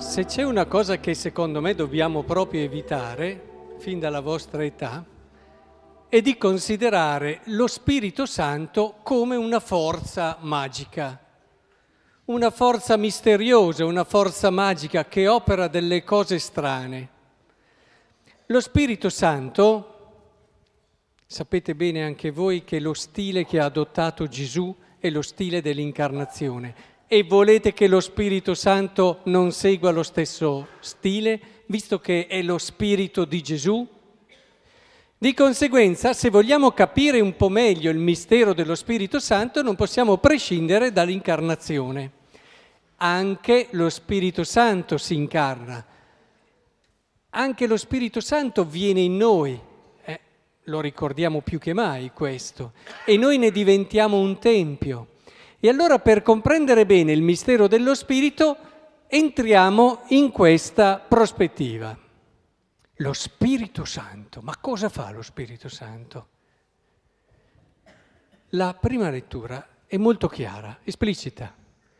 Se c'è una cosa che secondo me dobbiamo proprio evitare, fin dalla vostra età, è di considerare lo Spirito Santo come una forza magica, una forza misteriosa, una forza magica che opera delle cose strane. Lo Spirito Santo, sapete bene anche voi che lo stile che ha adottato Gesù è lo stile dell'incarnazione. E volete che lo Spirito Santo non segua lo stesso stile, visto che è lo Spirito di Gesù? Di conseguenza, se vogliamo capire un po' meglio il mistero dello Spirito Santo, non possiamo prescindere dall'incarnazione. Anche lo Spirito Santo si incarna. Anche lo Spirito Santo viene in noi. Lo ricordiamo più che mai questo. E noi ne diventiamo un tempio. E allora per comprendere bene il mistero dello Spirito entriamo in questa prospettiva. Lo Spirito Santo, ma cosa fa lo Spirito Santo? La prima lettura è molto chiara, esplicita.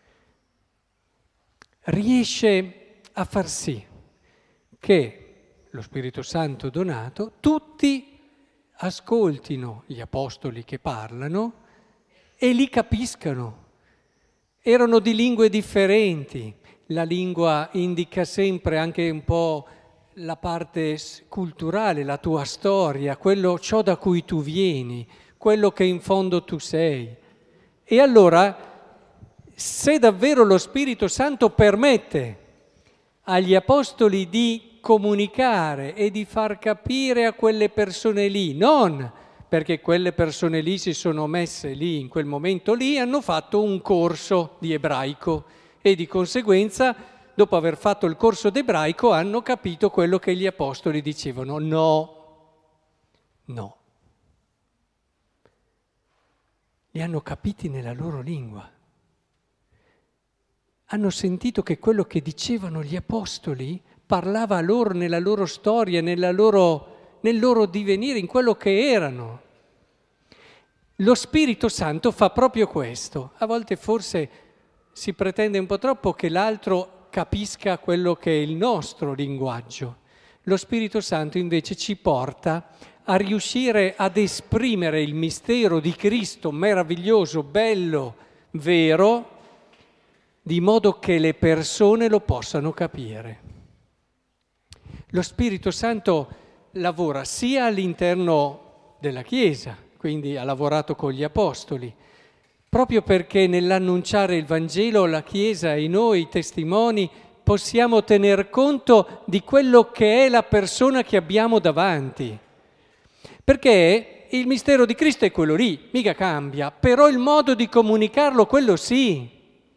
Riesce a far sì che lo Spirito Santo donato tutti ascoltino gli apostoli che parlano e li capiscano. Erano di lingue differenti, la lingua indica sempre anche un po' la parte culturale, la tua storia, ciò da cui tu vieni, quello che in fondo tu sei. E allora, se davvero lo Spirito Santo permette agli apostoli di comunicare e di far capire a quelle persone lì, non perché quelle persone lì si sono messe lì, in quel momento lì, hanno fatto un corso di ebraico e di conseguenza, dopo aver fatto il corso d'ebraico, hanno capito quello che gli apostoli dicevano. No. Li hanno capiti nella loro lingua. Hanno sentito che quello che dicevano gli apostoli parlava a loro nella loro storia, nel loro divenire, in quello che erano. Lo Spirito Santo fa proprio questo. A volte forse si pretende un po' troppo che l'altro capisca quello che è il nostro linguaggio. Lo Spirito Santo invece ci porta a riuscire ad esprimere il mistero di Cristo meraviglioso, bello, vero, di modo che le persone lo possano capire. Lo Spirito Santo lavora sia all'interno della Chiesa, quindi ha lavorato con gli apostoli, proprio perché nell'annunciare il Vangelo la Chiesa e noi testimoni possiamo tener conto di quello che è la persona che abbiamo davanti. Perché il mistero di Cristo è quello lì, mica cambia, però il modo di comunicarlo, quello sì.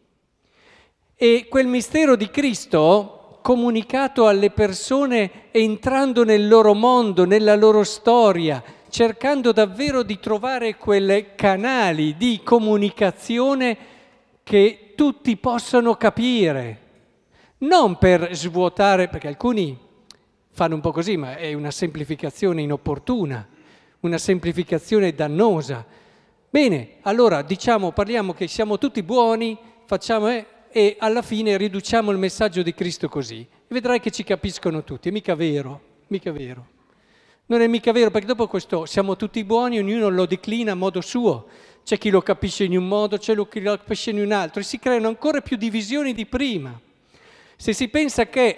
E quel mistero di Cristo, comunicato alle persone entrando nel loro mondo, nella loro storia, cercando davvero di trovare quei canali di comunicazione che tutti possano capire. Non per svuotare, perché alcuni fanno un po' così, ma è una semplificazione inopportuna, una semplificazione dannosa. Bene, allora parliamo che siamo tutti buoni, e alla fine riduciamo il messaggio di Cristo così. E vedrai che ci capiscono tutti, è mica vero. Non è mica vero, perché dopo questo siamo tutti buoni, ognuno lo declina a modo suo. C'è chi lo capisce in un modo, c'è chi lo capisce in un altro, e si creano ancora più divisioni di prima. Se si pensa che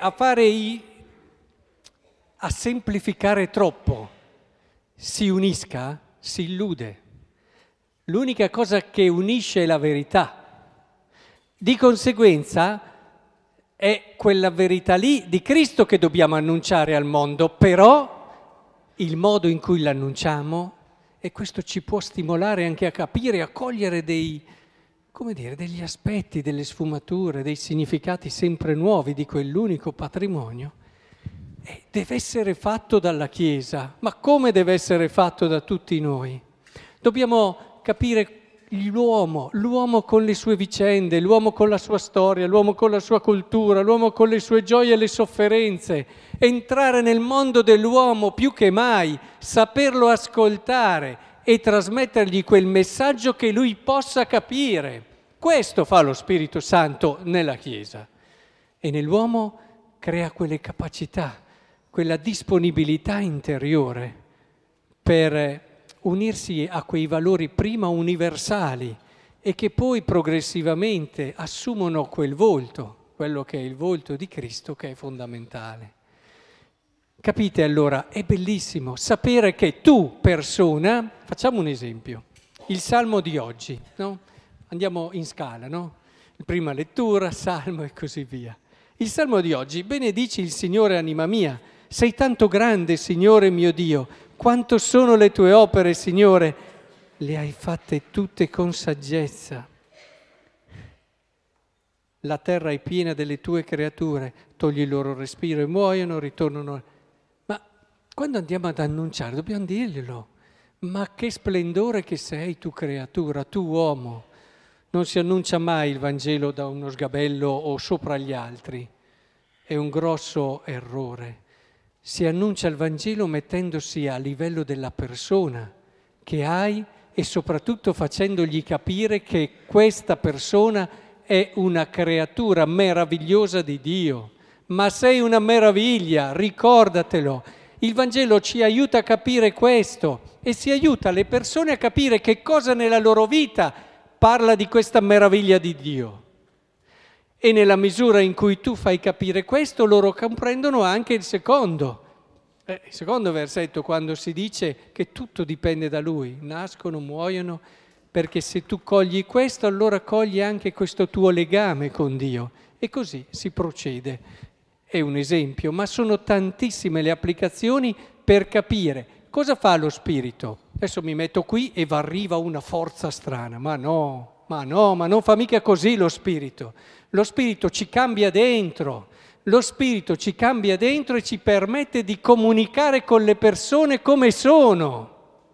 a semplificare troppo si unisca, si illude. L'unica cosa che unisce è la verità. Di conseguenza è quella verità lì di Cristo che dobbiamo annunciare al mondo, però il modo in cui l'annunciamo, e questo ci può stimolare anche a capire, a cogliere degli aspetti, delle sfumature, dei significati sempre nuovi di quell'unico patrimonio, deve essere fatto dalla Chiesa. Ma come deve essere fatto da tutti noi? Dobbiamo capire l'uomo con le sue vicende, l'uomo con la sua storia, l'uomo con la sua cultura, l'uomo con le sue gioie e le sofferenze, entrare nel mondo dell'uomo più che mai, saperlo ascoltare e trasmettergli quel messaggio che lui possa capire. Questo fa lo Spirito Santo nella Chiesa. e nell'uomo crea quelle capacità, quella disponibilità interiore per unirsi a quei valori prima universali e che poi progressivamente assumono quel volto, quello che è il volto di Cristo, che è fondamentale. Capite allora? È bellissimo sapere che tu, persona, facciamo un esempio, il Salmo di oggi, no? Andiamo in scala, no? Prima lettura, Salmo e così via. Il Salmo di oggi: benedici il Signore, anima mia, sei tanto grande, Signore mio Dio, quanto sono le tue opere, Signore, le hai fatte tutte con saggezza. La terra è piena delle tue creature, togli il loro respiro e muoiono, ritornano. Ma quando andiamo ad annunciare dobbiamo dirglielo. Ma che splendore che sei tu creatura, tu uomo. Non si annuncia mai il Vangelo da uno sgabello o sopra gli altri. È un grosso errore. Si annuncia il Vangelo mettendosi a livello della persona che hai e soprattutto facendogli capire che questa persona è una creatura meravigliosa di Dio. Ma sei una meraviglia, ricordatelo. Il Vangelo ci aiuta a capire questo e si aiuta le persone a capire che cosa nella loro vita parla di questa meraviglia di Dio. E nella misura in cui tu fai capire questo, loro comprendono anche il secondo versetto, quando si dice che tutto dipende da Lui, nascono, muoiono, perché se tu cogli questo, allora cogli anche questo tuo legame con Dio. E così si procede. È un esempio, ma sono tantissime le applicazioni per capire cosa fa lo Spirito. Adesso mi metto qui e arriva una forza strana, ma non fa mica così lo Spirito. Lo Spirito ci cambia dentro, lo Spirito ci cambia dentro e ci permette di comunicare con le persone come sono.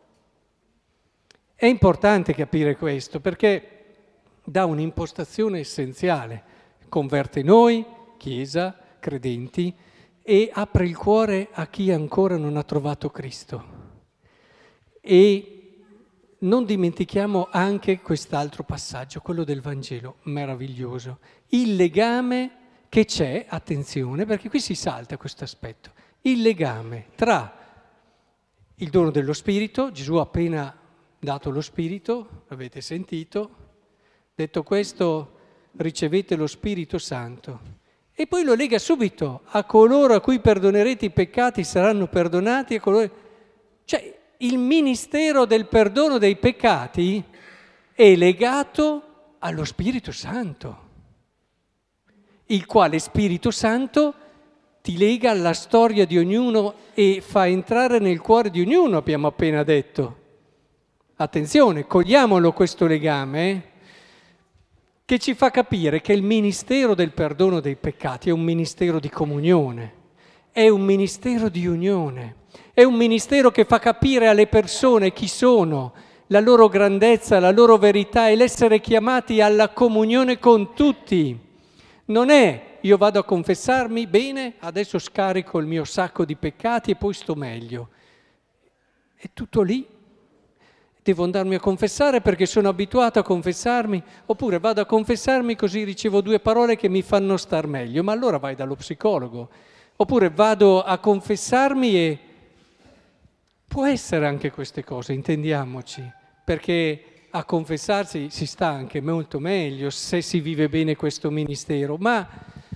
È importante capire questo perché dà un'impostazione essenziale, converte noi, Chiesa, credenti, e apre il cuore a chi ancora non ha trovato Cristo. E non dimentichiamo anche quest'altro passaggio, quello del Vangelo, meraviglioso. Il legame che c'è, attenzione, perché qui si salta questo aspetto, il legame tra il dono dello Spirito, Gesù ha appena dato lo Spirito, avete sentito, detto questo ricevete lo Spirito Santo. E poi lo lega subito, a coloro a cui perdonerete i peccati saranno perdonati, cioè il ministero del perdono dei peccati è legato allo Spirito Santo, il quale Spirito Santo ti lega alla storia di ognuno e fa entrare nel cuore di ognuno, abbiamo appena detto. Attenzione, cogliamolo questo legame, che ci fa capire che il ministero del perdono dei peccati è un ministero di comunione, è un ministero di unione, è un ministero che fa capire alle persone chi sono, la loro grandezza, la loro verità e l'essere chiamati alla comunione con tutti. Non è io vado a confessarmi, bene, adesso scarico il mio sacco di peccati e poi sto meglio. È tutto lì. Devo andarmi a confessare perché sono abituato a confessarmi, oppure vado a confessarmi così ricevo 2 parole che mi fanno star meglio, ma allora vai dallo psicologo. Oppure vado a confessarmi e può essere anche queste cose, intendiamoci, perché a confessarsi si sta anche molto meglio se si vive bene questo ministero, ma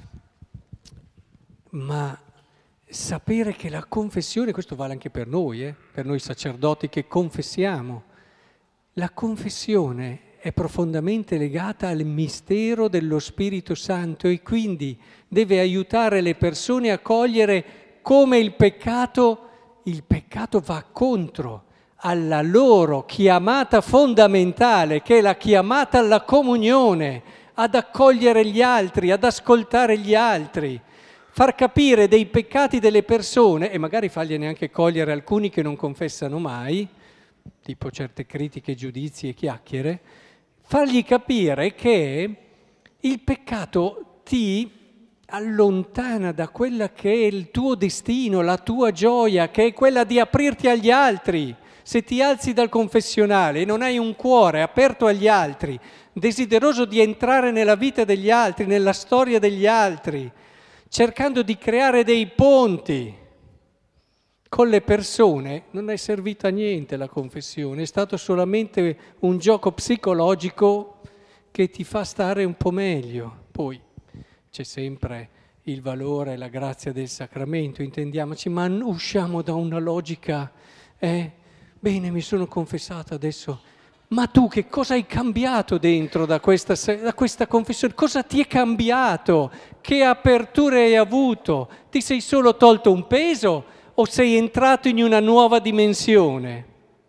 sapere che la confessione, questo vale anche per noi sacerdoti che confessiamo, la confessione è profondamente legata al mistero dello Spirito Santo e quindi deve aiutare le persone a cogliere come il peccato va contro alla loro chiamata fondamentale, che è la chiamata alla comunione, ad accogliere gli altri, ad ascoltare gli altri, far capire dei peccati delle persone e magari fargliene anche cogliere alcuni che non confessano mai, tipo certe critiche, giudizi e chiacchiere, fargli capire che il peccato ti allontana da quella che è il tuo destino, la tua gioia, che è quella di aprirti agli altri. Se ti alzi dal confessionale e non hai un cuore aperto agli altri, desideroso di entrare nella vita degli altri, nella storia degli altri, cercando di creare dei ponti con le persone. Non è servita a niente la confessione, è stato solamente un gioco psicologico che ti fa stare un po' meglio. Poi c'è sempre il valore e la grazia del sacramento, intendiamoci, ma usciamo da una logica, bene, mi sono confessato adesso, ma tu che cosa hai cambiato dentro da questa confessione? Cosa ti è cambiato? Che aperture hai avuto? Ti sei solo tolto un peso o sei entrato in una nuova dimensione?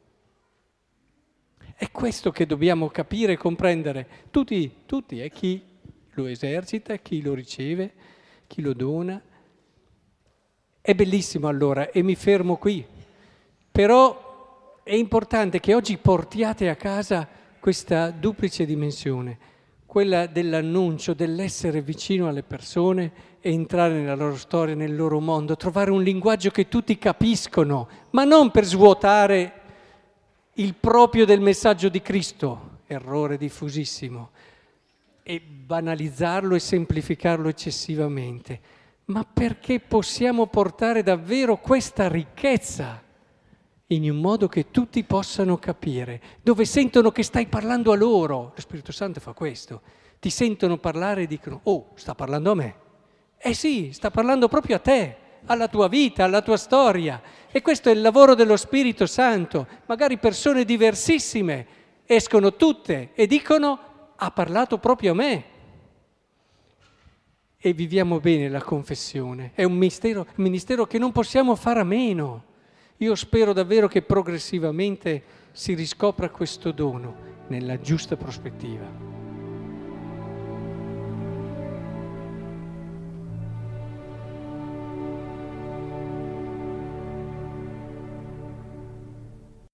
È questo che dobbiamo capire e comprendere, tutti, chi lo esercita, chi lo riceve, chi lo dona. È bellissimo allora, e mi fermo qui, però è importante che oggi portiate a casa questa duplice dimensione, quella dell'annuncio, dell'essere vicino alle persone e entrare nella loro storia, nel loro mondo, trovare un linguaggio che tutti capiscono, ma non per svuotare il proprio del messaggio di Cristo, errore diffusissimo, e banalizzarlo e semplificarlo eccessivamente, ma perché possiamo portare davvero questa ricchezza in un modo che tutti possano capire, dove sentono che stai parlando a loro. Lo Spirito Santo fa questo, ti sentono parlare e dicono: oh, sta parlando a me. Eh sì, sta parlando proprio a te, alla tua vita, alla tua storia. E questo è il lavoro dello Spirito Santo. Magari persone diversissime escono tutte e dicono: ha parlato proprio a me. E viviamo bene la confessione. È un ministero che non possiamo fare a meno. Io spero davvero che progressivamente si riscopra questo dono nella giusta prospettiva.